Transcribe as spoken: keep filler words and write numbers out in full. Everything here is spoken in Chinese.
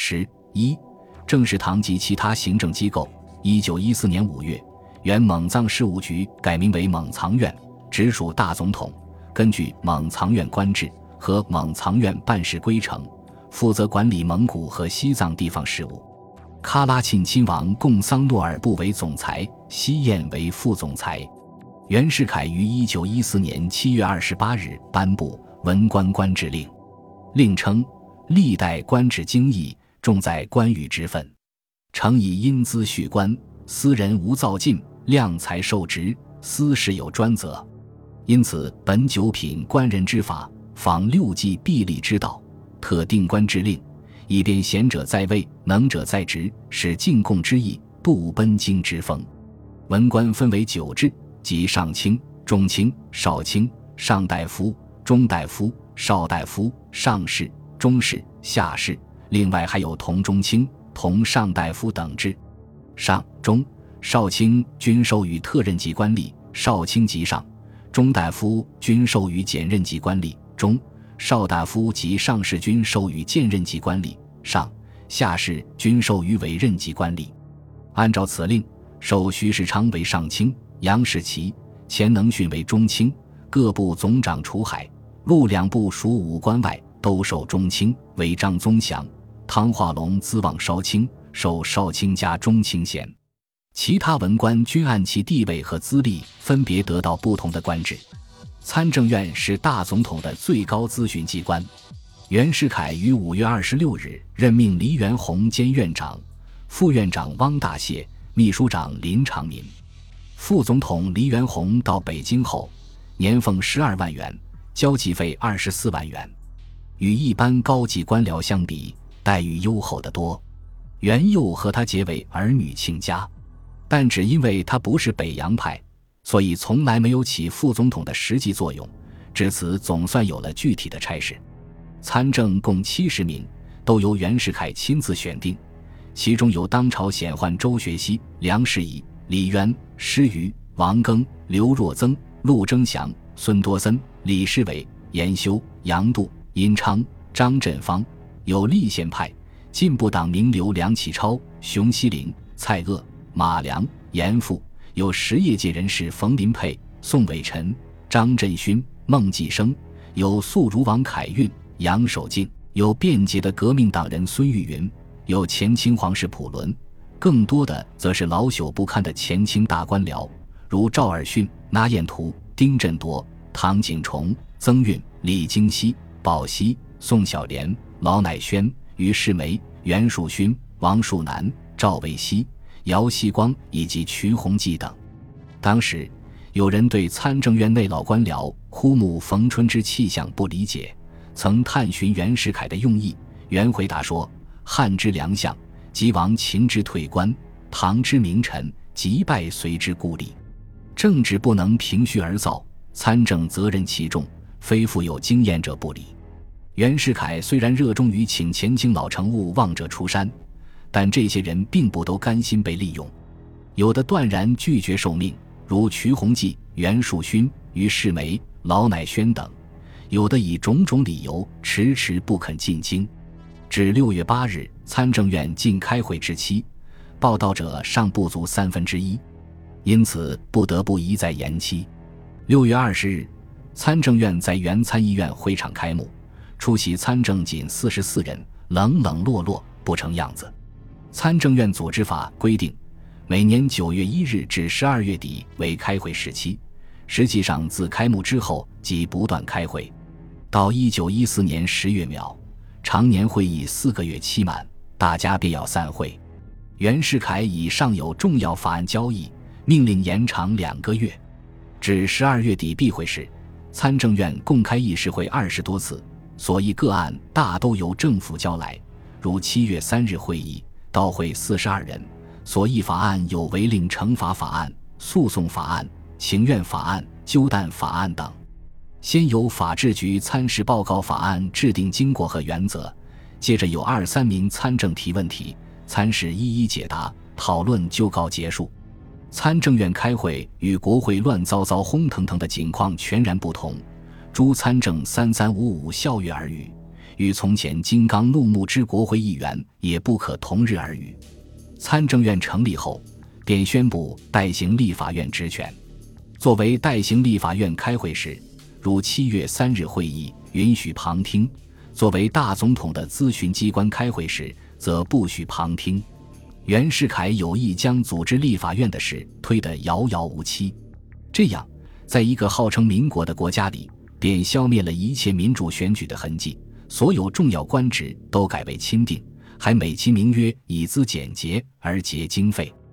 十一政事堂及其他行政机构。一九一四年五月，原蒙藏事务局改名为蒙藏院，直属大总统，根据蒙藏院官制和蒙藏院办事规程，负责管理蒙古和西藏地方事务。喀拉沁亲王贡桑诺尔布为总裁，西彦为副总裁。袁世凯于一九一四年七月二十八日颁布文官官制令，令称历代官制精义，重在官与职分，诚以因资恤官，私人无造进，量才受职，私事有专责。因此本九品官人之法，仿六纪弊吏之道，特定官制令，以便贤者在位，能者在职，使进贡之意，不奔京之风。文官分为九制，即上卿、中卿、少卿、上大夫、中大夫、少大夫、上士、中士、下士，另外还有同中卿、同上大夫等制。上、中、少卿均授予特任级官吏，少卿及上；中大夫均授予简任级官吏，中；少大夫及上士均授予荐任级官吏，上；下士均授予委任级官吏。按照此令，授徐世昌为上卿，杨士奇、钱能训为中卿，各部总长除海、陆两部属武官外，都授中卿，为张宗祥、汤化龙资望稍卿，授少卿加中卿衔。其他文官均按其地位和资历分别得到不同的官职。参政院是大总统的最高咨询机关。袁世凯于五月二十六日任命黎元洪兼院长，副院长汪大燮，秘书长林长民。副总统黎元洪到北京后，年俸十二万元，交际费二十四万元，与一般高级官僚相比，待遇优厚得多。袁佑和他结为儿女亲家，但只因为他不是北洋派，所以从来没有起副总统的实际作用，至此总算有了具体的差事。参政共七十名，都由袁世凯亲自选定，其中有当朝显宦周学熙、梁士仪、李渊、施瑜、王庚、刘若曾、陆征祥、孙多森、李世伟、严修、杨度、殷昌、张振芳；有立宪派进步党名流梁启超、熊希龄、蔡锷、马良、严复；有实业界人士冯林沛、宋伟臣、张振勋、孟继生；有肃儒王凯运、杨守敬；有便捷的革命党人孙玉云；有前清皇室普伦；更多的则是老朽不堪的前清大官僚，如赵尔巽、那彦图、丁振铎、唐景崇、曾运、李经羲、鲍熙、宋小濂、劳乃轩、于世梅、袁树勋、王树南、赵维熙、姚锡光以及瞿鸿基等。当时有人对参政院内老官僚枯木逢春之气象不理解，曾探寻袁世凯的用意。袁回答说：汉之良相，即亡秦之退官；唐之名臣，即败隋之故吏。政治不能凭虚而造，参政责任其重，非富有经验者不理。袁世凯虽然热衷于请前清老成物望者出山，但这些人并不都甘心被利用，有的断然拒绝受命，如瞿鸿基、袁树勋、于世梅、劳乃轩等；有的以种种理由迟迟不肯进京。至六月八日参政院进开会之期，报道者尚不足三分之一，因此不得不一再延期。六月二十日，参政院在原参议院会场开幕，出席参政仅四十四人，冷冷落落，不成样子。参政院组织法规定，每年九月一日至十二月底为开会时期，实际上自开幕之后即不断开会。到一九一四年十月末，常年会议四个月期满，大家便要散会。袁世凯以上有重要法案交易，命令延长两个月，至十二月底闭会时，参政院共开议事会二十多次，所议个案大都由政府交来，如七月三日会议，到会四十二人，所议法案有违令惩罚法案、诉讼法案、请愿法案、纠弹法案等。先由法制局参事报告法案制定经过和原则，接着有二三名参政提问题，参事一一解答，讨论就告结束。参政院开会与国会乱糟糟轰腾腾的景况全然不同，诸参政三三五五笑跃而语， 与从前金刚怒目之国会议员也不可同日而语。参政院成立后，便宣布代行立法院职权。作为代行立法院开会时，如七月三日会议允许旁听，作为大总统的咨询机关开会时，则不许旁听。袁世凯有意将组织立法院的事推得遥遥无期，这样在一个号称民国的国家里，便消灭了一切民主选举的痕迹，所有重要官职都改为钦定，还美其名曰以资简洁而节经费。